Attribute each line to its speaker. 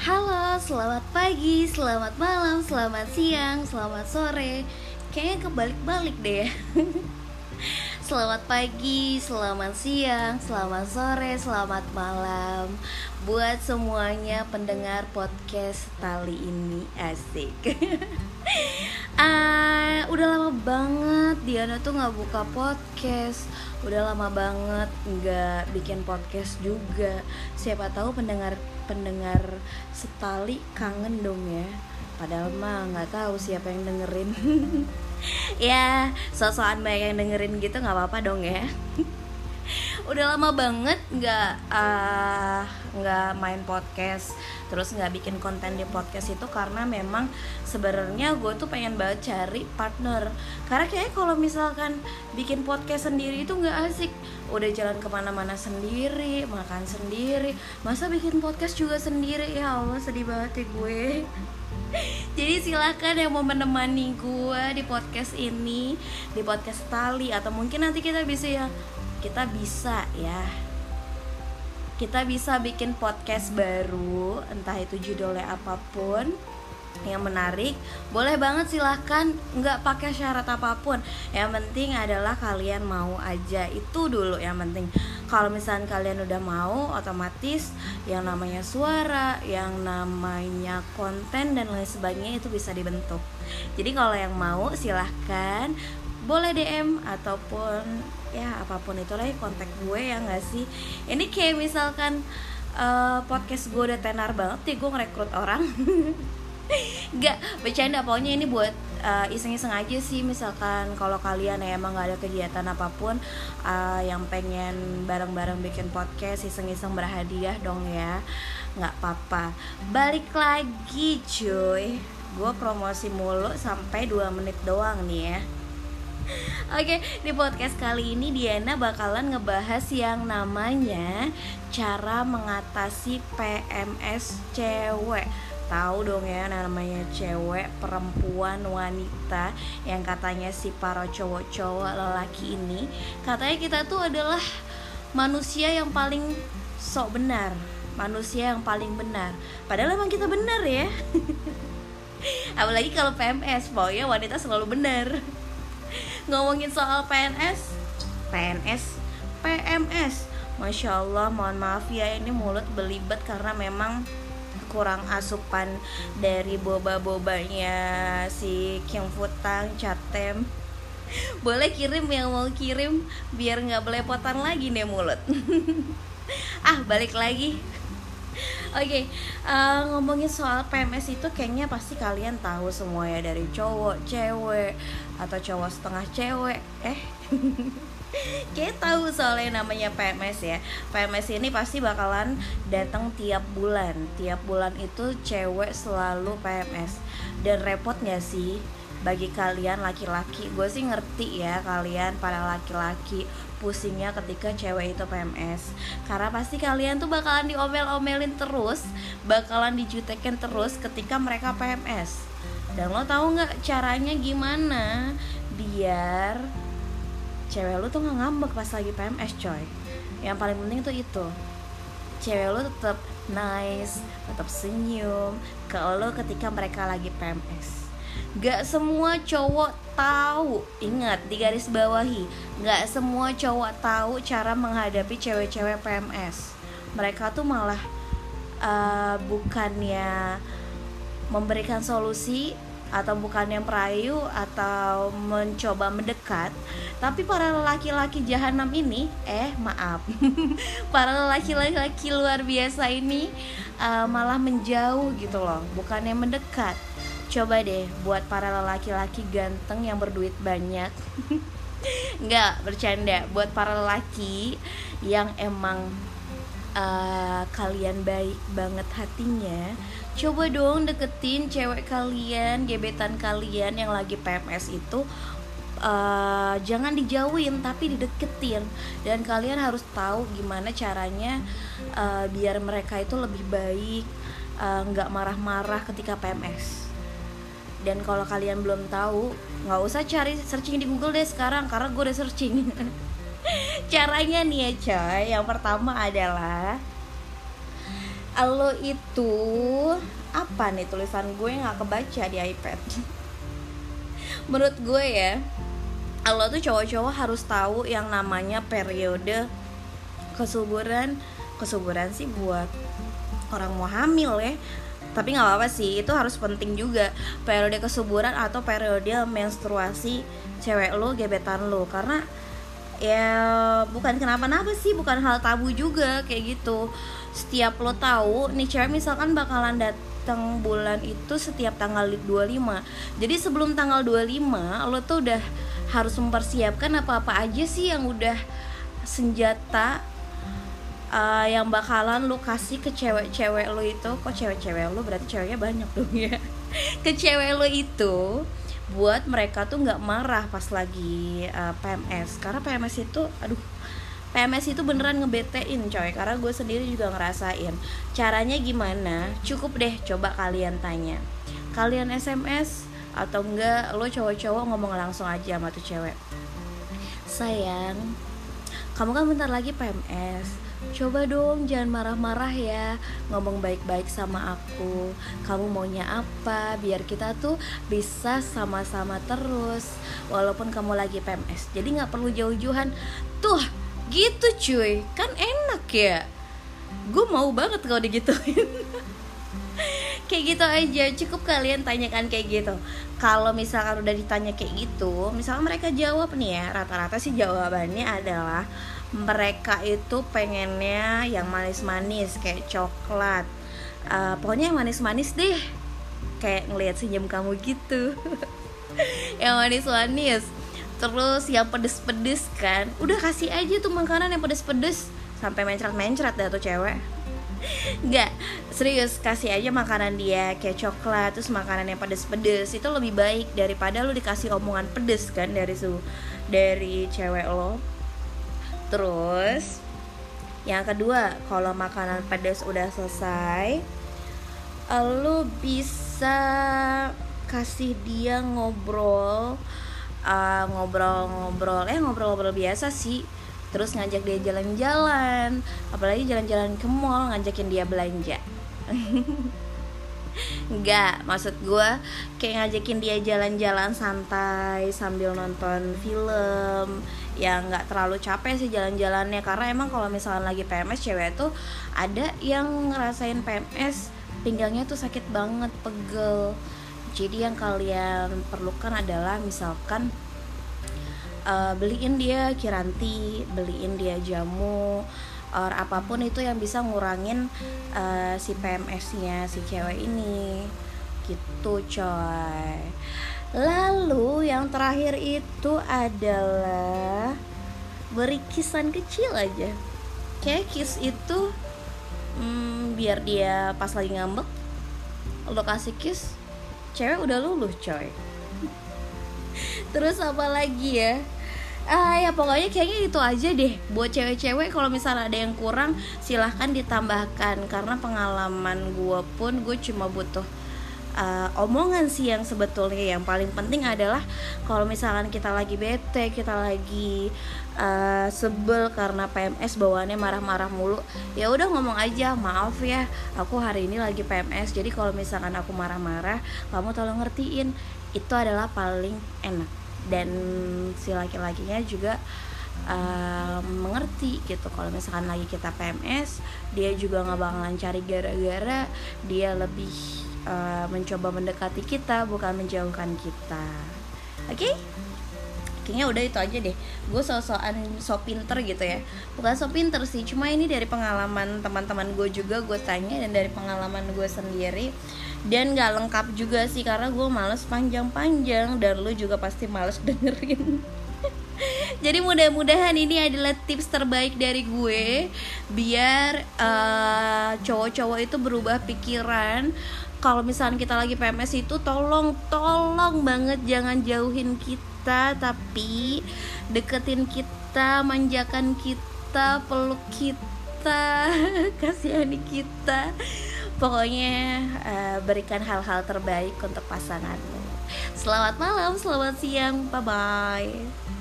Speaker 1: Halo, selamat pagi, selamat malam, selamat siang, selamat sore. Kayaknya kebalik-balik deh. Selamat pagi, selamat siang, selamat sore, selamat malam buat semuanya pendengar podcast Tali ini. Asik. Udah lama banget Diana tuh gak buka podcast. Udah lama banget gak bikin podcast juga. Siapa tahu pendengar Setali kangen dong ya. Padahal mah gak tahu siapa yang dengerin. Ya, so-soan banyak yang dengerin gitu gak apa-apa dong ya. Udah lama banget nggak main podcast, terus nggak bikin konten di podcast itu karena memang sebenarnya gue tuh pengen banget cari partner. Karena kayaknya kalau misalkan bikin podcast sendiri itu nggak asik. Udah jalan kemana-mana sendiri, makan sendiri, masa bikin podcast juga sendiri? Ya Allah, sedih banget ya gue. Jadi silakan yang mau menemani gue di podcast ini, di podcast Tali, atau mungkin nanti kita bisa bikin podcast baru, entah itu judulnya apapun yang menarik, boleh banget, silahkan, nggak pakai syarat apapun. Yang penting adalah kalian mau aja, itu dulu yang penting. Kalau misalnya kalian udah mau, otomatis yang namanya suara, yang namanya konten dan lain sebagainya itu bisa dibentuk. Jadi kalau yang mau silahkan, boleh DM ataupun ya apapun itu lah, kontak gue ya nggak sih. Ini kayak misalkan podcast gue udah tenar banget ya, gue ngerekrut orang. Nggak, bercanda, pokoknya ini buat iseng-iseng aja sih. Misalkan kalau kalian ya emang nggak ada kegiatan apapun, yang pengen bareng-bareng bikin podcast, iseng-iseng berhadiah dong ya, nggak apa-apa. Balik lagi cuy, gue promosi mulu sampai 2 menit doang nih ya. Oke, di podcast kali ini Diana bakalan ngebahas yang namanya cara mengatasi PMS cewek. Tahu dong ya, namanya cewek, perempuan, wanita, yang katanya si para cowok-cowok lelaki ini, katanya kita tuh adalah manusia yang paling sok benar, manusia yang paling benar. Padahal emang kita benar ya. Apalagi kalau PMS, pokoknya wanita selalu benar. Ngomongin soal PMS, Masya Allah, mohon maaf ya, ini mulut belibet karena memang kurang asupan dari boba-bobanya si Kim Futang, Chatem. Boleh kirim yang mau kirim, biar gak belepotan lagi nih mulut. Balik lagi. Oke, ngomongin soal PMS itu kayaknya pasti kalian tahu semua ya, dari cowok, cewek, atau cowok setengah cewek. Kayak tahu soalnya namanya PMS ya. PMS ini pasti bakalan datang tiap bulan. Tiap bulan itu cewek selalu PMS. Dan repot gak sih bagi kalian laki-laki? Gue sih ngerti ya, kalian para laki-laki pusingnya ketika cewek itu PMS, karena pasti kalian tuh bakalan diomel-omelin terus, bakalan dijutekin terus ketika mereka PMS. Dan lo tahu nggak caranya gimana biar cewek lo tuh nggak ngambek pas lagi PMS, coy? Yang paling penting tuh itu, cewek lo tetap nice, tetap senyum ke lo ketika mereka lagi PMS. Gak semua cowok tahu, ingat, digaris bawahi, gak semua cowok tahu cara menghadapi cewek-cewek PMS. Mereka tuh malah bukannya memberikan solusi, atau bukannya merayu atau mencoba mendekat, tapi para laki-laki jahanam ini, para laki-laki luar biasa ini malah menjauh gitu loh, bukannya mendekat. Coba deh buat para laki-laki ganteng yang berduit banyak. Enggak, bercanda. Buat para laki yang emang kalian baik banget hatinya, coba dong deketin cewek kalian, gebetan kalian yang lagi PMS itu. Jangan dijauhin tapi dideketin. Dan kalian harus tahu gimana caranya biar mereka itu lebih baik, gak marah-marah ketika PMS. Dan kalau kalian belum tahu, nggak usah cari searching di Google deh sekarang, karena gue udah searching. Caranya nih ya coy, yang pertama adalah Lo itu apa nih tulisan gue nggak kebaca di iPad. Menurut gue ya, lo tuh cowok-cowok harus tahu yang namanya periode kesuburan sih buat orang mau hamil ya. Tapi nggak apa-apa sih, itu harus penting juga periode kesuburan atau periode menstruasi cewek lo, gebetan lo. Karena ya bukan kenapa-napa sih, bukan hal tabu juga kayak gitu. Setiap lo tahu nih cewek misalkan bakalan datang bulan itu setiap tanggal 25. Jadi sebelum tanggal 25 lo tuh udah harus mempersiapkan apa-apa aja sih yang udah senjata yang bakalan lo kasih ke cewek-cewek lo itu. Kok cewek-cewek lo, berarti ceweknya banyak dong ya. Ke cewek lo itu buat mereka tuh nggak marah pas lagi PMS. Karena PMS itu beneran ngebetein coy. Karena gue sendiri juga ngerasain. Caranya gimana? Cukup deh coba kalian tanya. Kalian SMS atau enggak lo cowok-cowok ngomong langsung aja sama tuh cewek. Sayang, kamu kan bentar lagi PMS. Coba dong jangan marah-marah ya, ngomong baik-baik sama aku. Kamu maunya apa biar kita tuh bisa sama-sama terus walaupun kamu lagi PMS. Jadi gak perlu jauh-jauhan. Tuh gitu cuy, kan enak ya. Gue mau banget kalau digituin. Kayak gitu aja, cukup kalian tanyakan kayak gitu. Kalau misalkan udah ditanya kayak gitu, misalkan mereka jawab nih ya, rata-rata sih jawabannya adalah mereka itu pengennya yang manis-manis kayak coklat, pokoknya yang manis-manis deh, kayak ngelihat senyum kamu gitu. Yang manis-manis. Terus yang pedes-pedes kan, udah kasih aja tuh makanan yang pedes-pedes sampai mencret-mencret dah tuh cewek. Enggak, serius, kasih aja makanan dia kayak coklat, terus makanan yang pedes-pedes. Itu lebih baik daripada lu dikasih omongan pedes kan dari cewek lo. Terus yang kedua, kalau makanan pedas udah selesai, lu bisa kasih dia ngobrol biasa sih. Terus ngajak dia jalan-jalan, apalagi jalan-jalan ke mall, ngajakin dia belanja. Enggak, maksud gue kayak ngajakin dia jalan-jalan santai sambil nonton film yang nggak terlalu capek sih jalan-jalannya. Karena emang kalau misalkan lagi PMS, cewek tuh ada yang ngerasain PMS pinggangnya tuh sakit banget, pegel. Jadi yang kalian perlukan adalah misalkan beliin dia kiranti, beliin dia jamu, or apapun itu yang bisa ngurangin si PMS-nya si cewek ini gitu coy. Lalu yang terakhir itu adalah beri kisan kecil aja. Kayak kiss itu biar dia pas lagi ngambek lo kasih kiss, cewek udah luluh coy. Terus apa lagi ya? Ya pokoknya kayaknya itu aja deh. Buat cewek-cewek kalau misalnya ada yang kurang silahkan ditambahkan. Karena pengalaman gue pun, gue cuma butuh omongan sih yang sebetulnya. Yang paling penting adalah kalau misalkan kita lagi bete, kita lagi sebel karena PMS bawaannya marah-marah mulu, ya udah ngomong aja, maaf ya aku hari ini lagi PMS, jadi kalau misalkan aku marah-marah kamu tolong ngertiin. Itu adalah paling enak. Dan si laki-lakinya juga mengerti gitu. Kalau misalkan lagi kita PMS, dia juga gak bakalan cari gara-gara. Dia lebih mencoba mendekati kita, bukan menjauhkan kita. Oke? Kayaknya udah itu aja deh. Gue so pinter gitu ya. Bukan so pinter sih, cuma ini dari pengalaman teman-teman gue juga gue tanya, dan dari pengalaman gue sendiri. Dan gak lengkap juga sih, karena gue males panjang-panjang, dan lu juga pasti males dengerin. Jadi mudah-mudahan ini adalah tips terbaik dari gue, biar cowok-cowok itu berubah pikiran. Kalau misalnya kita lagi PMS itu tolong banget jangan jauhin kita, tapi deketin kita, manjakan kita, peluk kita, kasihani kita. Pokoknya berikan hal-hal terbaik untuk pasanganmu. Selamat malam, selamat siang, bye-bye.